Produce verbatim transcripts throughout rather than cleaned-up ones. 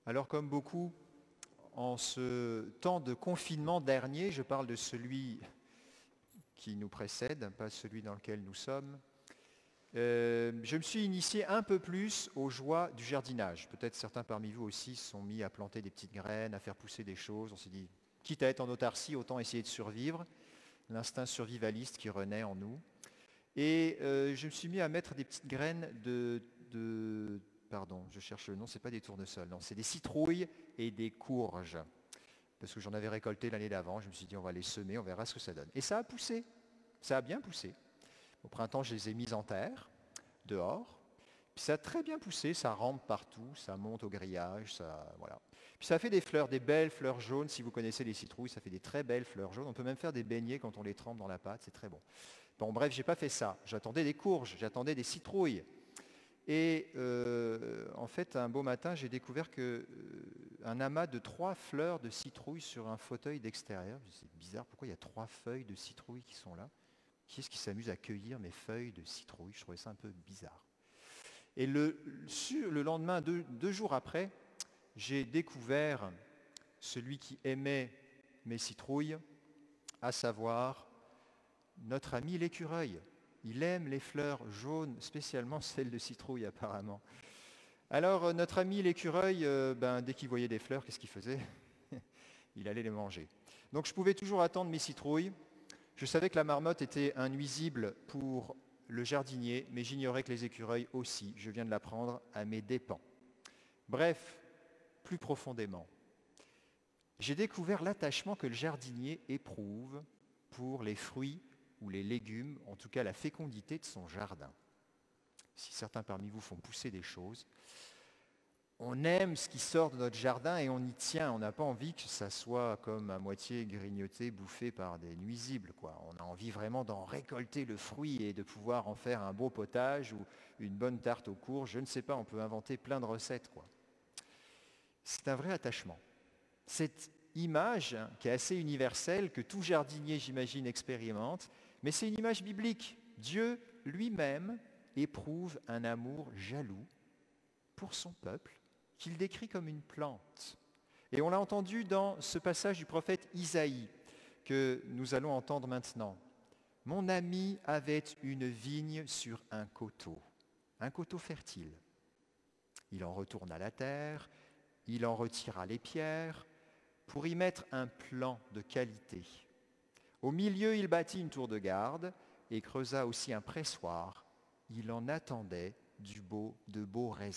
Alors comme beaucoup, en ce temps de confinement dernier, je parle de celui qui nous précède, pas celui dans lequel nous sommes, euh, je me suis initié un peu plus aux joies du jardinage. Peut-être certains parmi vous aussi se sont mis à planter des petites graines, à faire pousser des choses. On s'est dit, quitte à être en autarcie, autant essayer de survivre. L'instinct survivaliste qui renaît en nous. Et euh, je me suis mis à mettre des petites graines de... de pardon, je cherche le nom, c'est pas des tournesols, non, c'est des citrouilles et des courges. Parce que j'en avais récolté l'année d'avant, je me suis dit on va les semer, on verra ce que ça donne. Et ça a poussé, ça a bien poussé. Au printemps, je les ai mises en terre, dehors. Puis ça a très bien poussé, ça rampe partout, ça monte au grillage, ça, voilà. Puis ça fait des fleurs, des belles fleurs jaunes, si vous connaissez les citrouilles, ça fait des très belles fleurs jaunes. On peut même faire des beignets quand on les trempe dans la pâte, c'est très bon. Bon, bref, j'ai pas fait ça. J'attendais des courges, j'attendais des citrouilles. Et euh, en fait, un beau matin, j'ai découvert que, euh, un amas de trois fleurs de citrouille sur un fauteuil d'extérieur. C'est bizarre, pourquoi il y a trois feuilles de citrouille qui sont là? Qui est-ce qui s'amuse à cueillir mes feuilles de citrouille? Je trouvais ça un peu bizarre. Et le, sur, le lendemain, deux, deux jours après, j'ai découvert celui qui aimait mes citrouilles, à savoir notre ami l'écureuil. Il aime les fleurs jaunes, spécialement celles de citrouille apparemment. Alors notre ami l'écureuil, euh, ben, dès qu'il voyait des fleurs, qu'est-ce qu'il faisait? Il allait les manger. Donc je pouvais toujours attendre mes citrouilles. Je savais que la marmotte était un nuisible pour le jardinier, mais j'ignorais que les écureuils aussi. Je viens de l'apprendre à mes dépens. Bref, plus profondément, j'ai découvert l'attachement que le jardinier éprouve pour les fruits ou les légumes, en tout cas la fécondité de son jardin. Si certains parmi vous font pousser des choses, on aime ce qui sort de notre jardin et on y tient. On n'a pas envie que ça soit comme à moitié grignoté, bouffé par des nuisibles, quoi. On a envie vraiment d'en récolter le fruit et de pouvoir en faire un beau potage ou une bonne tarte aux courges. Je ne sais pas, on peut inventer plein de recettes, quoi. C'est un vrai attachement. Cette image qui est assez universelle, que tout jardinier, j'imagine, expérimente, mais c'est une image biblique. Dieu lui-même éprouve un amour jaloux pour son peuple, qu'il décrit comme une plante. Et on l'a entendu dans ce passage du prophète Isaïe, que nous allons entendre maintenant. « Mon ami avait une vigne sur un coteau, un coteau fertile. Il en retourna la terre, il en retira les pierres, pour y mettre un plan de qualité. Au milieu, il bâtit une tour de garde et creusa aussi un pressoir. Il en attendait du beau, de beaux raisins. »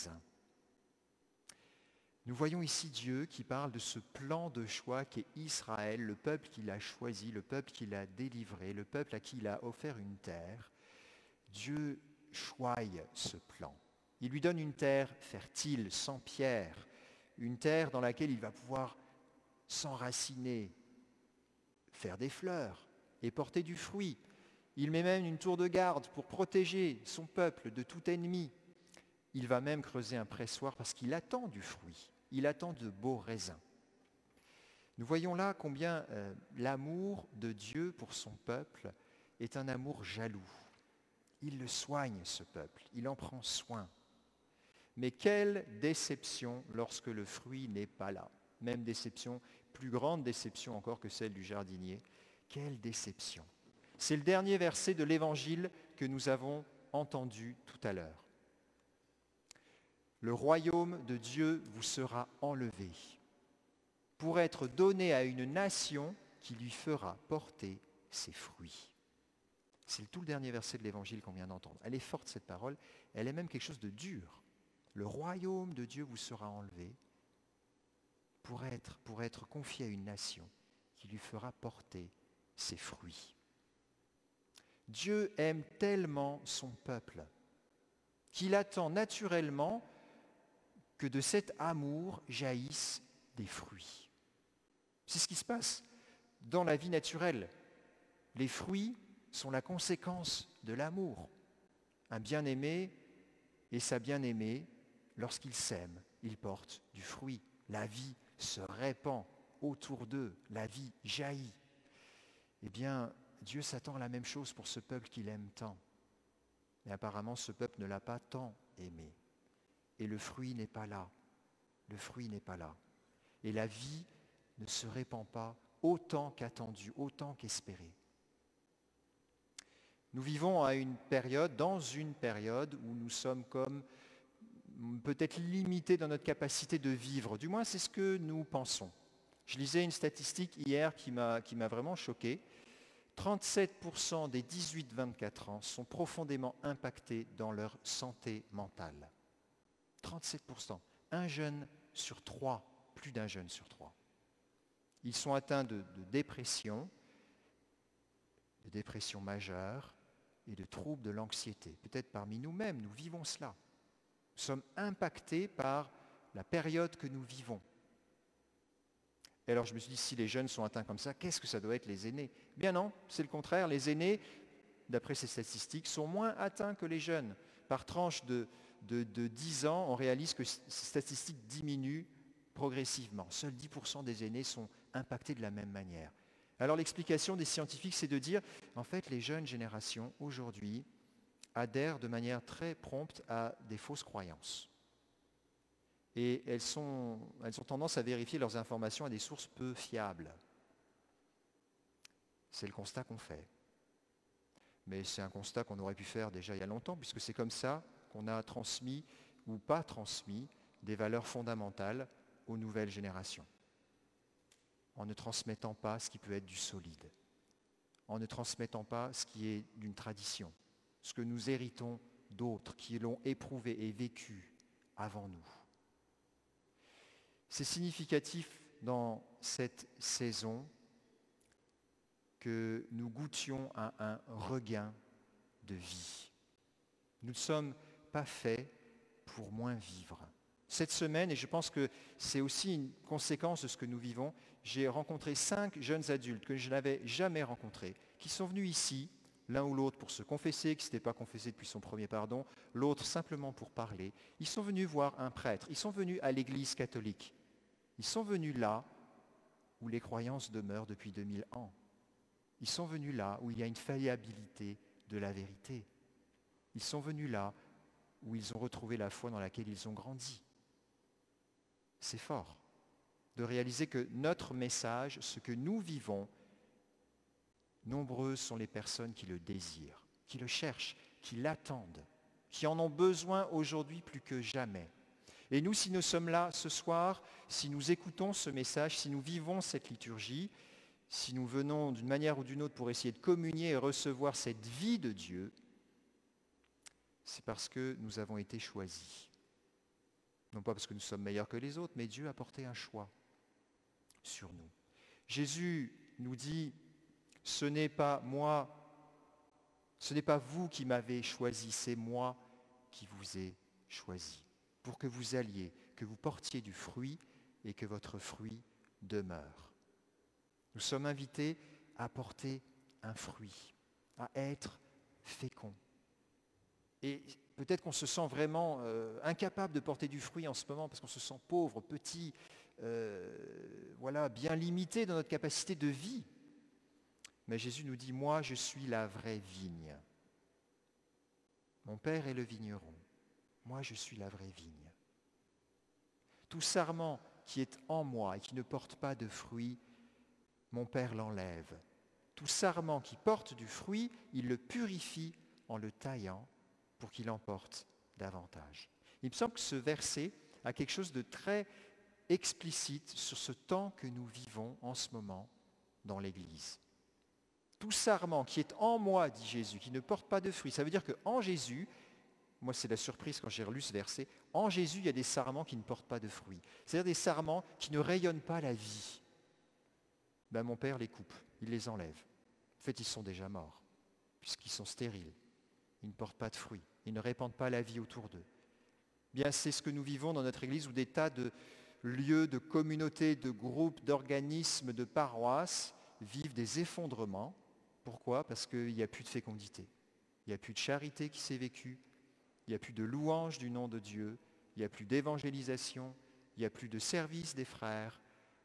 Nous voyons ici Dieu qui parle de ce plan de choix qu'est Israël, le peuple qu'il a choisi, le peuple qu'il a délivré, le peuple à qui il a offert une terre. Dieu choisit ce plan. Il lui donne une terre fertile, sans pierre, une terre dans laquelle il va pouvoir s'enraciner, faire des fleurs et porter du fruit. Il met même une tour de garde pour protéger son peuple de tout ennemi. Il va même creuser un pressoir parce qu'il attend du fruit. Il attend de beaux raisins. Nous voyons là combien euh, l'amour de Dieu pour son peuple est un amour jaloux. Il le soigne, ce peuple. Il en prend soin. Mais quelle déception lorsque le fruit n'est pas là. Même déception, plus grande déception encore que celle du jardinier. Quelle déception. C'est le dernier verset de l'Évangile que nous avons entendu tout à l'heure. Le royaume de Dieu vous sera enlevé pour être donné à une nation qui lui fera porter ses fruits. C'est tout le dernier verset de l'Évangile qu'on vient d'entendre. Elle est forte cette parole, elle est même quelque chose de dur. Le royaume de Dieu vous sera enlevé pour être, pour être confié à une nation qui lui fera porter ses fruits. Dieu aime tellement son peuple qu'il attend naturellement que de cet amour jaillissent des fruits. C'est ce qui se passe dans la vie naturelle. Les fruits sont la conséquence de l'amour. Un bien-aimé et sa bien-aimée, lorsqu'ils s'aiment, ils portent du fruit. La vie se répand autour d'eux, la vie jaillit. Eh bien, Dieu s'attend à la même chose pour ce peuple qu'il aime tant. Mais apparemment, ce peuple ne l'a pas tant aimé. Et le fruit n'est pas là. le fruit n'est pas là. Et la vie ne se répand pas autant qu'attendu, autant qu'espéré. Nous vivons à une période, dans une période où nous sommes comme peut-être limités dans notre capacité de vivre. Du moins, c'est ce que nous pensons. Je lisais une statistique hier qui m'a, qui m'a vraiment choqué. trente-sept pour cent des dix-huit vingt-quatre ans sont profondément impactés dans leur santé mentale. trente-sept pour cent. Un jeune sur trois, plus d'un jeune sur trois. Ils sont atteints de, de dépression, de dépression majeure et de troubles de l'anxiété. Peut-être parmi nous-mêmes, nous vivons cela. Nous sommes impactés par la période que nous vivons. Et alors je me suis dit, si les jeunes sont atteints comme ça, qu'est-ce que ça doit être les aînés? Bien non, c'est le contraire. Les aînés, d'après ces statistiques, sont moins atteints que les jeunes. Par tranche de, de, de dix ans, on réalise que ces statistiques diminuent progressivement. Seuls dix pour cent des aînés sont impactés de la même manière. Alors l'explication des scientifiques, c'est de dire, en fait, les jeunes générations, aujourd'hui, adhèrent de manière très prompte à des fausses croyances. Et elles, sont, elles ont tendance à vérifier leurs informations à des sources peu fiables. C'est le constat qu'on fait. Mais c'est un constat qu'on aurait pu faire déjà il y a longtemps, puisque c'est comme ça qu'on a transmis ou pas transmis des valeurs fondamentales aux nouvelles générations. En ne transmettant pas ce qui peut être du solide. En ne transmettant pas ce qui est d'une tradition. Ce que nous héritons d'autres qui l'ont éprouvé et vécu avant nous. C'est significatif dans cette saison que nous goûtions à un regain de vie. Nous ne sommes pas faits pour moins vivre. Cette semaine, et je pense que c'est aussi une conséquence de ce que nous vivons, j'ai rencontré cinq jeunes adultes que je n'avais jamais rencontrés, qui sont venus ici, l'un ou l'autre pour se confesser, qui ne s'était pas confessé depuis son premier pardon, l'autre simplement pour parler. Ils sont venus voir un prêtre, ils sont venus à l'église catholique. Ils sont venus là où les croyances demeurent depuis deux mille ans. Ils sont venus là où il y a une faillibilité de la vérité. Ils sont venus là où ils ont retrouvé la foi dans laquelle ils ont grandi. C'est fort de réaliser que notre message, ce que nous vivons, nombreuses sont les personnes qui le désirent, qui le cherchent, qui l'attendent, qui en ont besoin aujourd'hui plus que jamais. Et nous, si nous sommes là ce soir, si nous écoutons ce message, si nous vivons cette liturgie, si nous venons d'une manière ou d'une autre pour essayer de communier et recevoir cette vie de Dieu, c'est parce que nous avons été choisis. Non pas parce que nous sommes meilleurs que les autres, mais Dieu a porté un choix sur nous. Jésus nous dit, ce n'est pas moi, ce n'est pas vous qui m'avez choisi, c'est moi qui vous ai choisi. Pour que vous alliez, que vous portiez du fruit et que votre fruit demeure. Nous sommes invités à porter un fruit, à être féconds. Et peut-être qu'on se sent vraiment euh, incapable de porter du fruit en ce moment parce qu'on se sent pauvre, petit, euh, voilà, bien limité dans notre capacité de vie. Mais Jésus nous dit, moi je suis la vraie vigne. Mon Père est le vigneron. Moi, je suis la vraie vigne. Tout sarment qui est en moi et qui ne porte pas de fruit, mon Père l'enlève. Tout sarment qui porte du fruit, il le purifie en le taillant pour qu'il en porte davantage. Il me semble que ce verset a quelque chose de très explicite sur ce temps que nous vivons en ce moment dans l'Église. Tout sarment qui est en moi, dit Jésus, qui ne porte pas de fruit, ça veut dire qu'en Jésus, moi, c'est la surprise quand j'ai relu ce verset. En Jésus, il y a des sarments qui ne portent pas de fruits. C'est-à-dire des sarments qui ne rayonnent pas la vie. Ben, mon Père les coupe, il les enlève. En fait, ils sont déjà morts, puisqu'ils sont stériles. Ils ne portent pas de fruits. Ils ne répandent pas la vie autour d'eux. Bien, c'est ce que nous vivons dans notre Église, où des tas de lieux, de communautés, de groupes, d'organismes, de paroisses vivent des effondrements. Pourquoi? Parce qu'il n'y a plus de fécondité. Il n'y a plus de charité qui s'est vécue. Il n'y a plus de louange du nom de Dieu, il n'y a plus d'évangélisation, il n'y a plus de service des frères.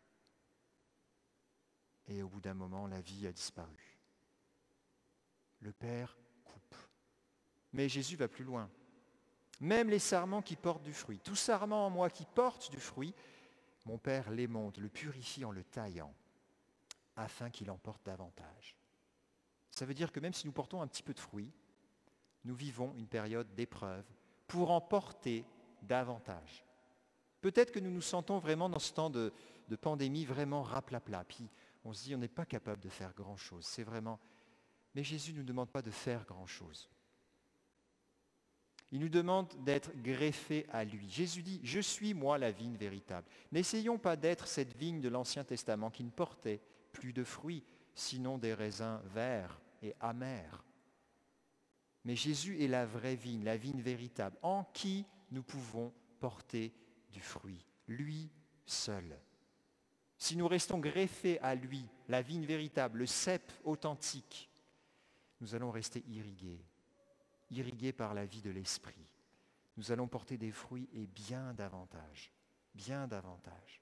Et au bout d'un moment, la vie a disparu. Le Père coupe. Mais Jésus va plus loin. Même les sarments qui portent du fruit. Tout sarment en moi qui porte du fruit, mon Père l'émonte, le purifie en le taillant, afin qu'il en porte davantage. Ça veut dire que même si nous portons un petit peu de fruit, nous vivons une période d'épreuve pour en porter davantage. Peut-être que nous nous sentons vraiment dans ce temps de, de pandémie vraiment raplapla. Puis on se dit on n'est pas capable de faire grand-chose. C'est vraiment... Mais Jésus ne nous demande pas de faire grand-chose. Il nous demande d'être greffés à lui. Jésus dit, je suis moi la vigne véritable. N'essayons pas d'être cette vigne de l'Ancien Testament qui ne portait plus de fruits, sinon des raisins verts et amers. Mais Jésus est la vraie vigne, la vigne véritable, en qui nous pouvons porter du fruit, lui seul. Si nous restons greffés à lui, la vigne véritable, le cep authentique, nous allons rester irrigués, irrigués par la vie de l'esprit. Nous allons porter des fruits et bien davantage, bien davantage.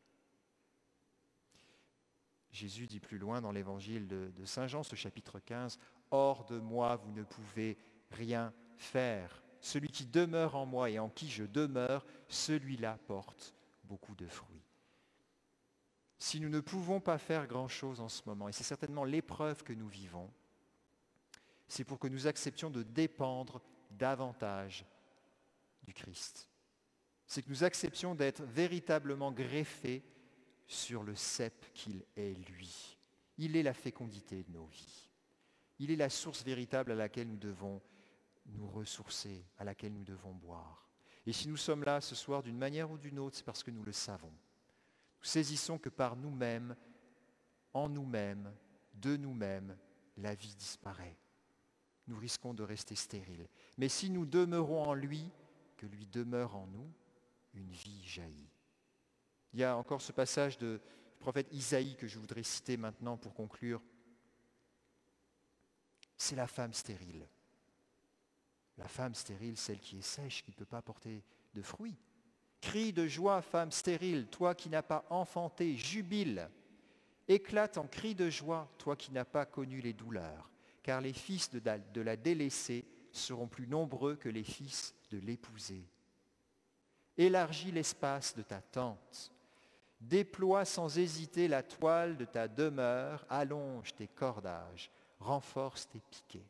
Jésus dit plus loin dans l'évangile de, de Saint Jean, ce chapitre quinze, « Hors de moi, vous ne pouvez rien faire. Celui qui demeure en moi et en qui je demeure, celui-là porte beaucoup de fruits. » Si nous ne pouvons pas faire grand-chose en ce moment, et c'est certainement l'épreuve que nous vivons, c'est pour que nous acceptions de dépendre davantage du Christ. C'est que nous acceptions d'être véritablement greffés sur le cep qu'il est lui. Il est la fécondité de nos vies. Il est la source véritable à laquelle nous devons nous ressourcer, à laquelle nous devons boire. Et si nous sommes là ce soir d'une manière ou d'une autre, c'est parce que nous le savons. Nous saisissons que par nous-mêmes, en nous-mêmes, de nous-mêmes, la vie disparaît. Nous risquons de rester stériles. Mais si nous demeurons en lui, que lui demeure en nous, une vie jaillit. Il y a encore ce passage de, du prophète Isaïe que je voudrais citer maintenant pour conclure. C'est la femme stérile. La femme stérile, celle qui est sèche, qui ne peut pas porter de fruits. Crie de joie, femme stérile, toi qui n'as pas enfanté, jubile. Éclate en cris de joie, toi qui n'as pas connu les douleurs, car les fils de la, de la délaissée seront plus nombreux que les fils de l'épousée. Élargis l'espace de ta tente. Déploie sans hésiter la toile de ta demeure, allonge tes cordages, renforce tes piquets.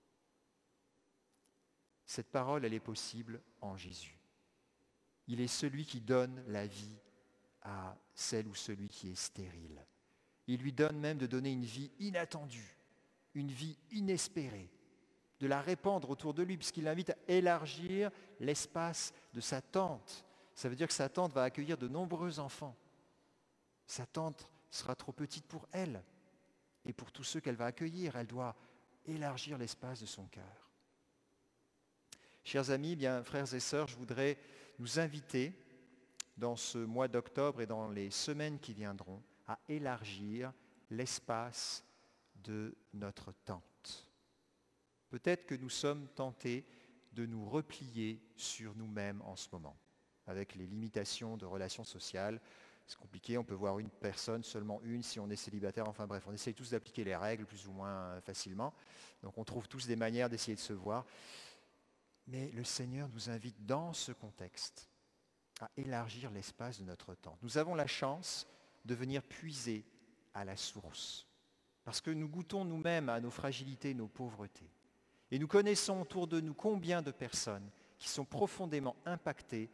Cette parole, elle est possible en Jésus. Il est celui qui donne la vie à celle ou celui qui est stérile. Il lui donne même de donner une vie inattendue, une vie inespérée, de la répandre autour de lui, puisqu'il l'invite à élargir l'espace de sa tente. Ça veut dire que sa tente va accueillir de nombreux enfants. Sa tente sera trop petite pour elle et pour tous ceux qu'elle va accueillir. Elle doit élargir l'espace de son cœur. Chers amis, bien frères et sœurs, je voudrais nous inviter dans ce mois d'octobre et dans les semaines qui viendront à élargir l'espace de notre tente. Peut-être que nous sommes tentés de nous replier sur nous-mêmes en ce moment, avec les limitations de relations sociales. C'est compliqué, on peut voir une personne, seulement une, si on est célibataire, enfin bref, on essaye tous d'appliquer les règles plus ou moins facilement. Donc on trouve tous des manières d'essayer de se voir. Mais le Seigneur nous invite dans ce contexte à élargir l'espace de notre tente. Nous avons la chance de venir puiser à la source, parce que nous goûtons nous-mêmes à nos fragilités, nos pauvretés. Et nous connaissons autour de nous combien de personnes qui sont profondément impactées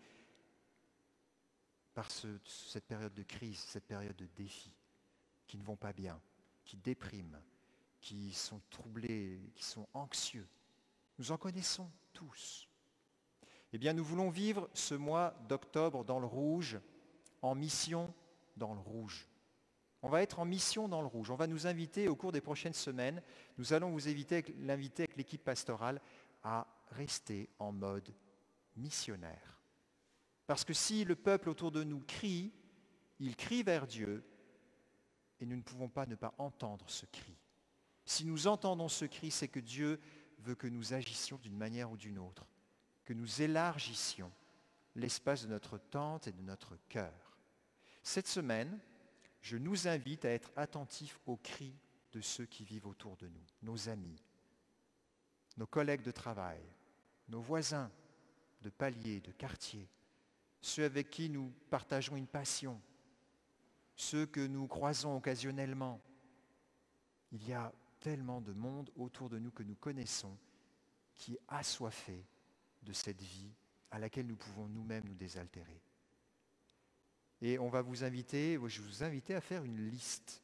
par ce, cette période de crise, cette période de défi, qui ne vont pas bien, qui dépriment, qui sont troublés, qui sont anxieux. Nous en connaissons tous. Eh bien, nous voulons vivre ce mois d'octobre dans le rouge, en mission dans le rouge. On va être en mission dans le rouge. On va nous inviter au cours des prochaines semaines, nous allons vous inviter, l'inviter avec l'équipe pastorale à rester en mode missionnaire. Parce que si le peuple autour de nous crie, il crie vers Dieu et nous ne pouvons pas ne pas entendre ce cri. Si nous entendons ce cri, c'est que Dieu veut que nous agissions d'une manière ou d'une autre, que nous élargissions l'espace de notre tente et de notre cœur. Cette semaine, je nous invite à être attentifs aux cris de ceux qui vivent autour de nous, nos amis, nos collègues de travail, nos voisins, de palier, de quartier, ceux avec qui nous partageons une passion, ceux que nous croisons occasionnellement. Il y a tellement de monde autour de nous que nous connaissons qui est assoiffé de cette vie à laquelle nous pouvons nous-mêmes nous désaltérer. Et on va vous inviter, je vous invite à faire une liste.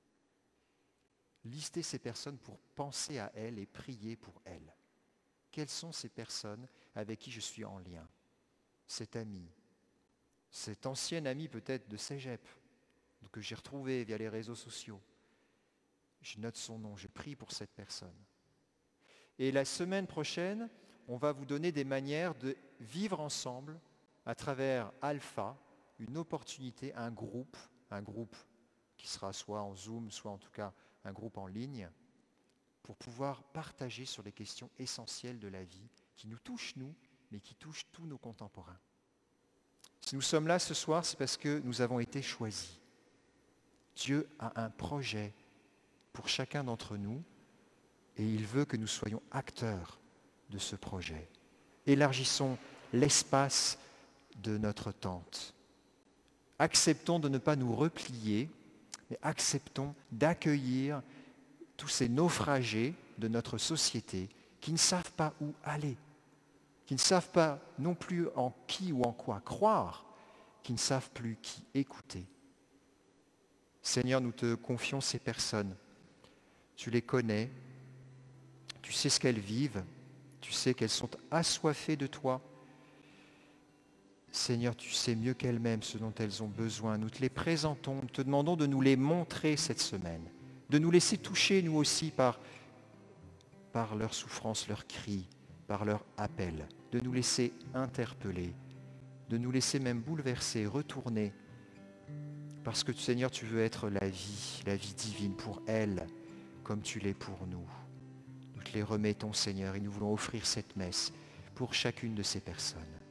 Lister ces personnes pour penser à elles et prier pour elles. Quelles sont ces personnes avec qui je suis en lien? Cet ami, cet ancien ami peut-être de cégep, que j'ai retrouvé via les réseaux sociaux. Je note son nom, je prie pour cette personne. Et la semaine prochaine, on va vous donner des manières de vivre ensemble à travers Alpha, une opportunité, un groupe, un groupe qui sera soit en Zoom, soit en tout cas un groupe en ligne, pour pouvoir partager sur les questions essentielles de la vie qui nous touchent nous, mais qui touchent tous nos contemporains. Si nous sommes là ce soir, c'est parce que nous avons été choisis. Dieu a un projet pour chacun d'entre nous et il veut que nous soyons acteurs de ce projet. Élargissons l'espace de notre tente. Acceptons de ne pas nous replier, mais acceptons d'accueillir tous ces naufragés de notre société qui ne savent pas où aller, qui ne savent pas non plus en qui ou en quoi croire, qui ne savent plus qui écouter. Seigneur, nous te confions ces personnes. Tu les connais, tu sais ce qu'elles vivent, tu sais qu'elles sont assoiffées de toi. Seigneur, tu sais mieux qu'elles-mêmes ce dont elles ont besoin. Nous te les présentons, nous te demandons de nous les montrer cette semaine, de nous laisser toucher nous aussi par, par leurs souffrances, leurs cris, par leurs appels, de nous laisser interpeller, de nous laisser même bouleverser, retourner, parce que Seigneur, tu veux être la vie, la vie divine pour elles, comme tu l'es pour nous. Nous te les remettons, Seigneur, et nous voulons offrir cette messe pour chacune de ces personnes.